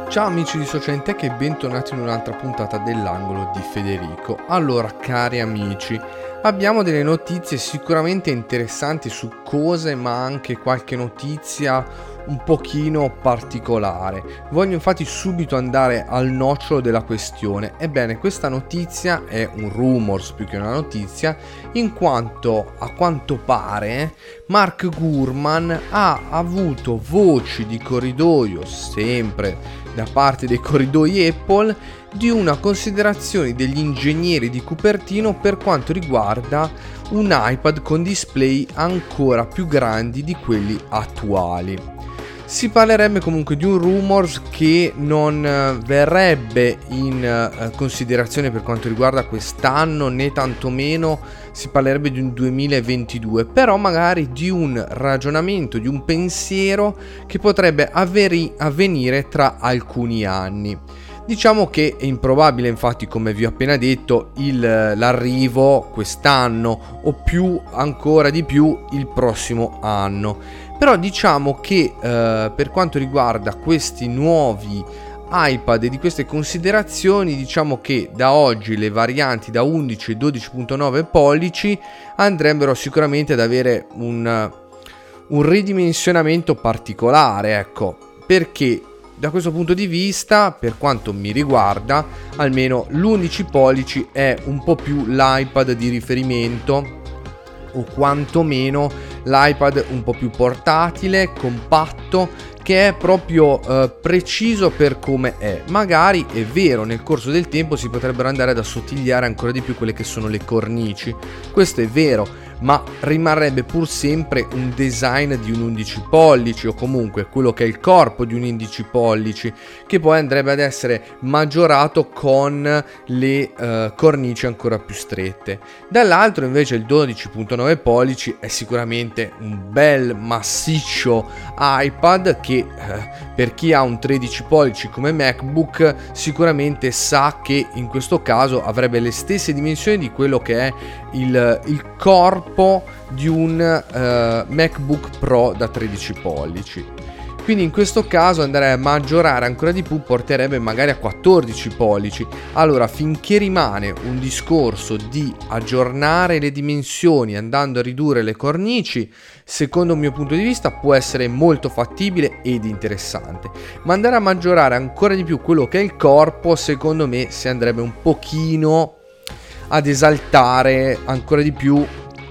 Ciao amici di Social Tech e bentornati in un'altra puntata dell'angolo di Federico. Allora, cari amici, abbiamo delle notizie sicuramente interessanti su cose, ma anche qualche notizia un pochino particolare. Voglio infatti subito andare al nocciolo della questione. Ebbene, questa notizia è un rumors più che una notizia, in quanto a quanto pare Mark Gurman ha avuto voci di corridoio, sempre da parte dei corridoi Apple, di una considerazione degli ingegneri di Cupertino per quanto riguarda un iPad con display ancora più grandi di quelli attuali. Si parlerebbe comunque di un rumors che non verrebbe in considerazione per quanto riguarda quest'anno, né tantomeno si parlerebbe di un 2022, però magari di un ragionamento, di un pensiero che potrebbe avvenire tra alcuni anni. Diciamo che è improbabile, infatti, come vi ho appena detto, l'arrivo quest'anno o più ancora di più il prossimo anno. Però diciamo che per quanto riguarda questi nuovi iPad e di queste considerazioni, diciamo che da oggi le varianti da 11 e 12.9 pollici andrebbero sicuramente ad avere un ridimensionamento particolare, ecco, perché da questo punto di vista, per quanto mi riguarda, almeno l'11 pollici è un po' più l'iPad di riferimento, o quantomeno l'iPad un po' più portatile, compatto, che è proprio preciso per come è. Magari è vero, nel corso del tempo si potrebbero andare ad assottigliare ancora di più quelle che sono le cornici, questo è vero, ma rimarrebbe pur sempre un design di un 11 pollici o comunque quello che è il corpo di un 11 pollici, che poi andrebbe ad essere maggiorato con le cornici ancora più strette. Dall'altro invece il 12.9 pollici è sicuramente un bel massiccio iPad che per chi ha un 13 pollici come MacBook sicuramente sa che in questo caso avrebbe le stesse dimensioni di quello che è il corpo di un MacBook Pro da 13 pollici. Quindi in questo caso andare a maggiorare ancora di più porterebbe magari a 14 pollici. Allora, finché rimane un discorso di aggiornare le dimensioni andando a ridurre le cornici, secondo il mio punto di vista può essere molto fattibile ed interessante, ma andare a maggiorare ancora di più quello che è il corpo, secondo me si andrebbe un pochino ad esaltare ancora di più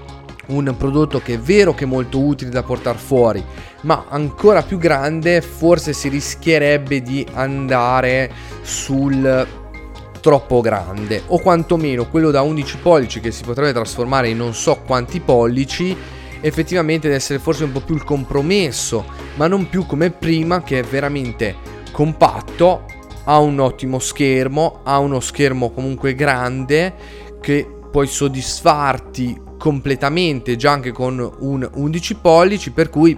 un prodotto che è vero che è molto utile da portare fuori, ma ancora più grande forse si rischierebbe di andare sul troppo grande, o quantomeno quello da 11 pollici che si potrebbe trasformare in non so quanti pollici, effettivamente deve essere forse un po' più il compromesso, ma non più come prima che è veramente compatto, ha un ottimo schermo, ha uno schermo comunque grande che puoi soddisfarti completamente già anche con un 11 pollici, per cui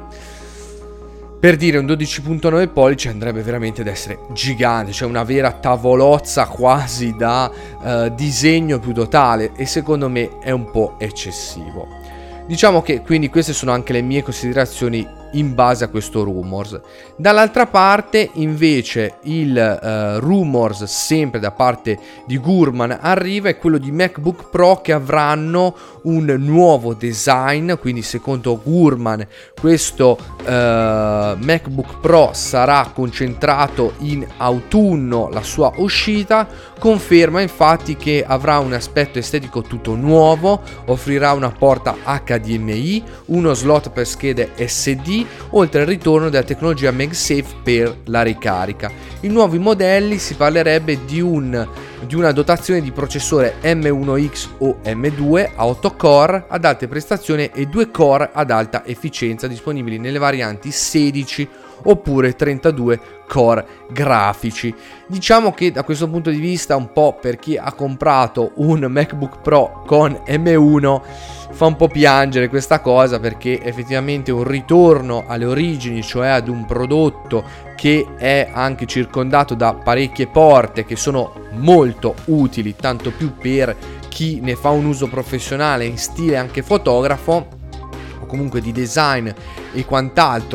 per dire un 12.9 pollici andrebbe veramente ad essere gigante, cioè una vera tavolozza quasi da disegno più totale, e secondo me è un po' eccessivo. Diciamo che quindi queste sono anche le mie considerazioni in base a questo rumors. Dall'altra parte invece il rumors sempre da parte di Gurman arriva, è quello di MacBook Pro che avranno un nuovo design, quindi secondo Gurman questo MacBook Pro sarà concentrato in autunno la sua uscita. Conferma infatti che avrà un aspetto estetico tutto nuovo, offrirà una porta HDMI, uno slot per schede SD, oltre al ritorno della tecnologia MagSafe per la ricarica. In nuovi modelli si parlerebbe di una dotazione di processore M1X o M2 a 8 core ad alte prestazioni e 2 core ad alta efficienza, disponibili nelle varianti 16 oppure 32 core grafici. Diciamo che da questo punto di vista, un po' per chi ha comprato un MacBook Pro con M1, fa un po' piangere questa cosa, perché effettivamente un ritorno alle origini, cioè ad un prodotto che è anche circondato da parecchie porte che sono molto utili, tanto più per chi ne fa un uso professionale in stile anche fotografo o comunque di design e quant'altro,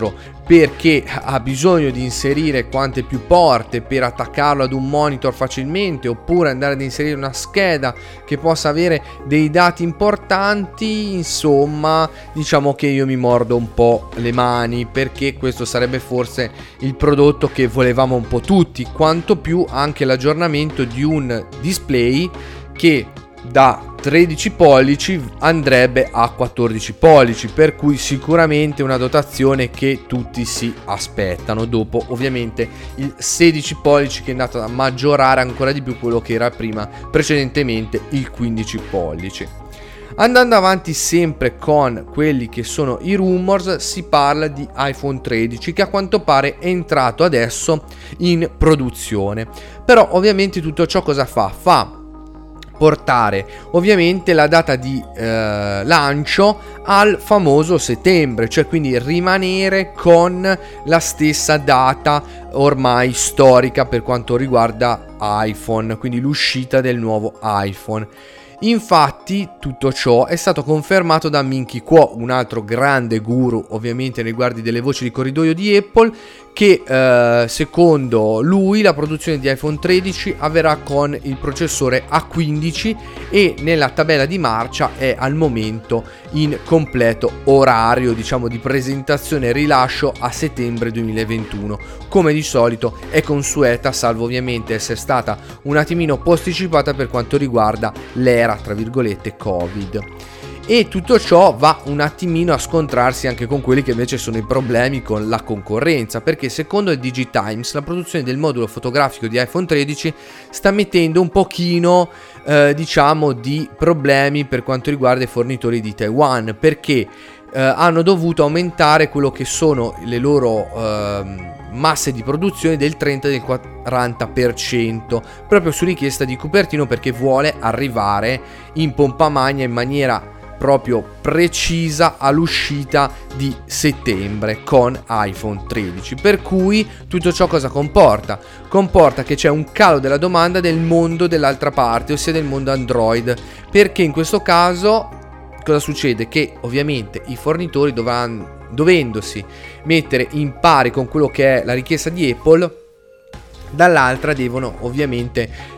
perché ha bisogno di inserire quante più porte per attaccarlo ad un monitor facilmente, oppure andare ad inserire una scheda che possa avere dei dati importanti. Insomma, diciamo che io mi mordo un po' le mani, perché questo sarebbe forse il prodotto che volevamo un po' tutti, quanto più anche l'aggiornamento di un display che da 13 pollici andrebbe a 14 pollici, per cui sicuramente una dotazione che tutti si aspettano, dopo ovviamente il 16 pollici che è andato a maggiorare ancora di più quello che era prima, precedentemente il 15 pollici. Andando avanti sempre con quelli che sono i rumors, si parla di iPhone 13 che a quanto pare è entrato adesso in produzione. Però ovviamente tutto ciò cosa fa? Fa portare ovviamente la data di lancio al famoso settembre, cioè quindi rimanere con la stessa data ormai storica per quanto riguarda iPhone, quindi l'uscita del nuovo iPhone. Infatti tutto ciò è stato confermato da Min-Chi Kuo, un altro grande guru ovviamente nei riguardi delle voci di corridoio di Apple, che secondo lui la produzione di iPhone 13 avverrà con il processore A15 e nella tabella di marcia è al momento in completo orario, diciamo, di presentazione e rilascio a settembre 2021, come di solito è consueta, salvo ovviamente essere stata un attimino posticipata per quanto riguarda l'era tra virgolette Covid. E tutto ciò va un attimino a scontrarsi anche con quelli che invece sono i problemi con la concorrenza, perché secondo il DigiTimes la produzione del modulo fotografico di iPhone 13 sta mettendo un pochino diciamo di problemi per quanto riguarda i fornitori di Taiwan, perché hanno dovuto aumentare quello che sono le loro masse di produzione del 30 e del 40% proprio su richiesta di Cupertino, perché vuole arrivare in pompa magna in maniera proprio precisa all'uscita di settembre con iPhone 13. Per cui tutto ciò cosa comporta? Comporta che c'è un calo della domanda del mondo dell'altra parte, ossia del mondo Android, perché in questo caso cosa succede? Che ovviamente i fornitori dovendosi mettere in pari con quello che è la richiesta di Apple, dall'altra devono ovviamente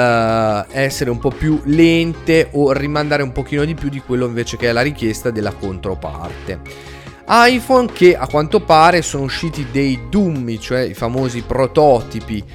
essere un po' più lente o rimandare un pochino di più di quello invece che è la richiesta della controparte. iPhone che a quanto pare sono usciti dei dummy, cioè i famosi prototipi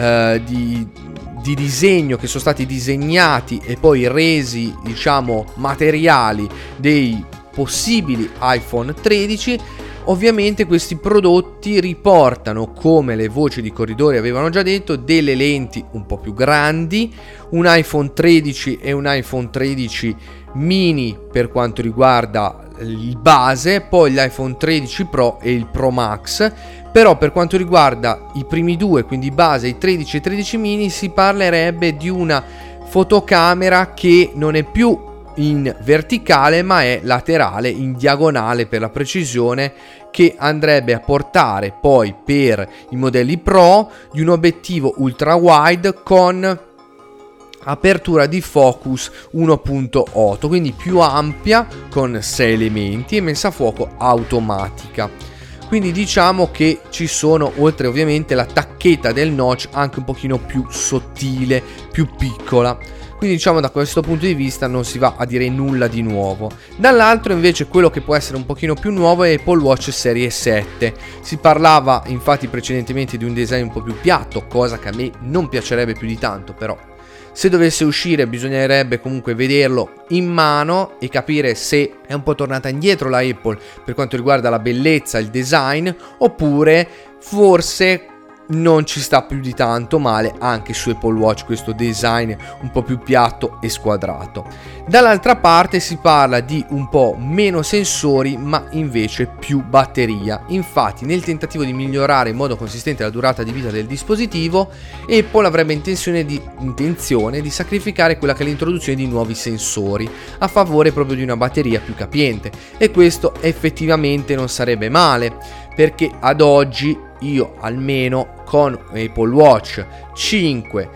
di disegno che sono stati disegnati e poi resi, diciamo, materiali dei possibili iPhone 13. Ovviamente questi prodotti riportano, come le voci di corridori avevano già detto, delle lenti un po' più grandi, un iPhone 13 e un iPhone 13 mini per quanto riguarda il base, poi l'iPhone 13 Pro e il Pro Max. Però per quanto riguarda i primi due, quindi base, i 13 e 13 mini, si parlerebbe di una fotocamera che non è più in verticale ma è laterale, in diagonale per la precisione, che andrebbe a portare poi per i modelli Pro di un obiettivo ultra wide con apertura di focus 1.8, quindi più ampia, con 6 elementi e messa a fuoco automatica. Quindi diciamo che ci sono, oltre ovviamente la tacchetta del notch, anche un pochino più sottile, più piccola. Quindi diciamo da questo punto di vista non si va a dire nulla di nuovo. Dall'altro invece quello che può essere un pochino più nuovo è Apple Watch Serie 7. Si parlava infatti precedentemente di un design un po' più piatto, cosa che a me non piacerebbe più di tanto, però se dovesse uscire bisognerebbe comunque vederlo in mano e capire se è un po' tornata indietro la Apple per quanto riguarda la bellezza, il design, oppure forse non ci sta più di tanto male anche su Apple Watch questo design un po' più piatto e squadrato. Dall'altra parte si parla di un po' meno sensori ma invece più batteria. Infatti nel tentativo di migliorare in modo consistente la durata di vita del dispositivo, Apple avrebbe intenzione di sacrificare quella che è l'introduzione di nuovi sensori a favore proprio di una batteria più capiente, e questo effettivamente non sarebbe male, perché ad oggi io almeno con Apple Watch 5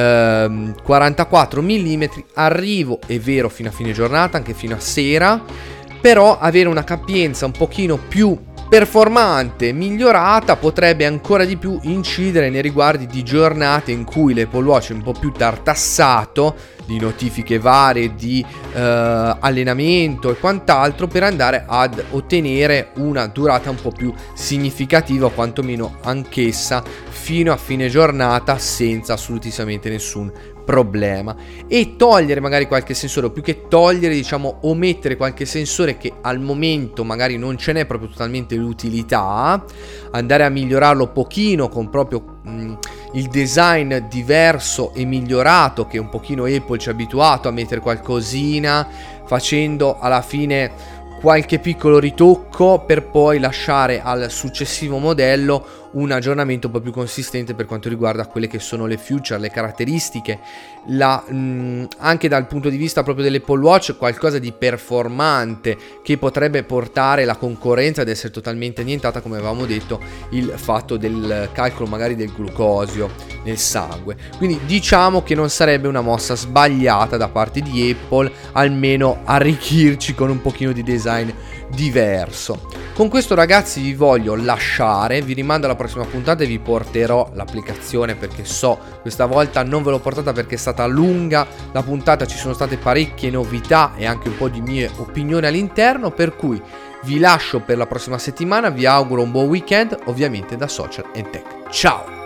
44 mm arrivo, è vero, fino a fine giornata, anche fino a sera, però avere una capienza un pochino più performante, migliorata, potrebbe ancora di più incidere nei riguardi di giornate in cui l'Apple Watch è un po' più tartassato di notifiche varie, di allenamento e quant'altro, per andare ad ottenere una durata un po' più significativa, o quantomeno anch'essa fino a fine giornata, senza assolutissimamente nessun problema. E togliere magari qualche sensore, o più che togliere, diciamo, omettere qualche sensore che al momento magari non ce n'è proprio totalmente l'utilità, andare a migliorarlo pochino con proprio il design diverso e migliorato che un pochino Apple ci ha abituato a mettere qualcosina, facendo alla fine qualche piccolo ritocco per poi lasciare al successivo modello un aggiornamento un po' più consistente per quanto riguarda quelle che sono le feature, le caratteristiche, anche dal punto di vista proprio dell'Apple Watch, qualcosa di performante che potrebbe portare la concorrenza ad essere totalmente annientata, come avevamo detto, il fatto del calcolo magari del glucosio nel sangue. Quindi diciamo che non sarebbe una mossa sbagliata da parte di Apple, almeno arricchirci con un pochino di design diverso. Con questo, ragazzi, vi voglio lasciare, vi rimando alla prossima puntata e vi porterò l'applicazione, perché so questa volta non ve l'ho portata perché è stata lunga la puntata, ci sono state parecchie novità e anche un po' di mie opinioni all'interno, per cui vi lascio per la prossima settimana, vi auguro un buon weekend, ovviamente da Social and Tech. Ciao!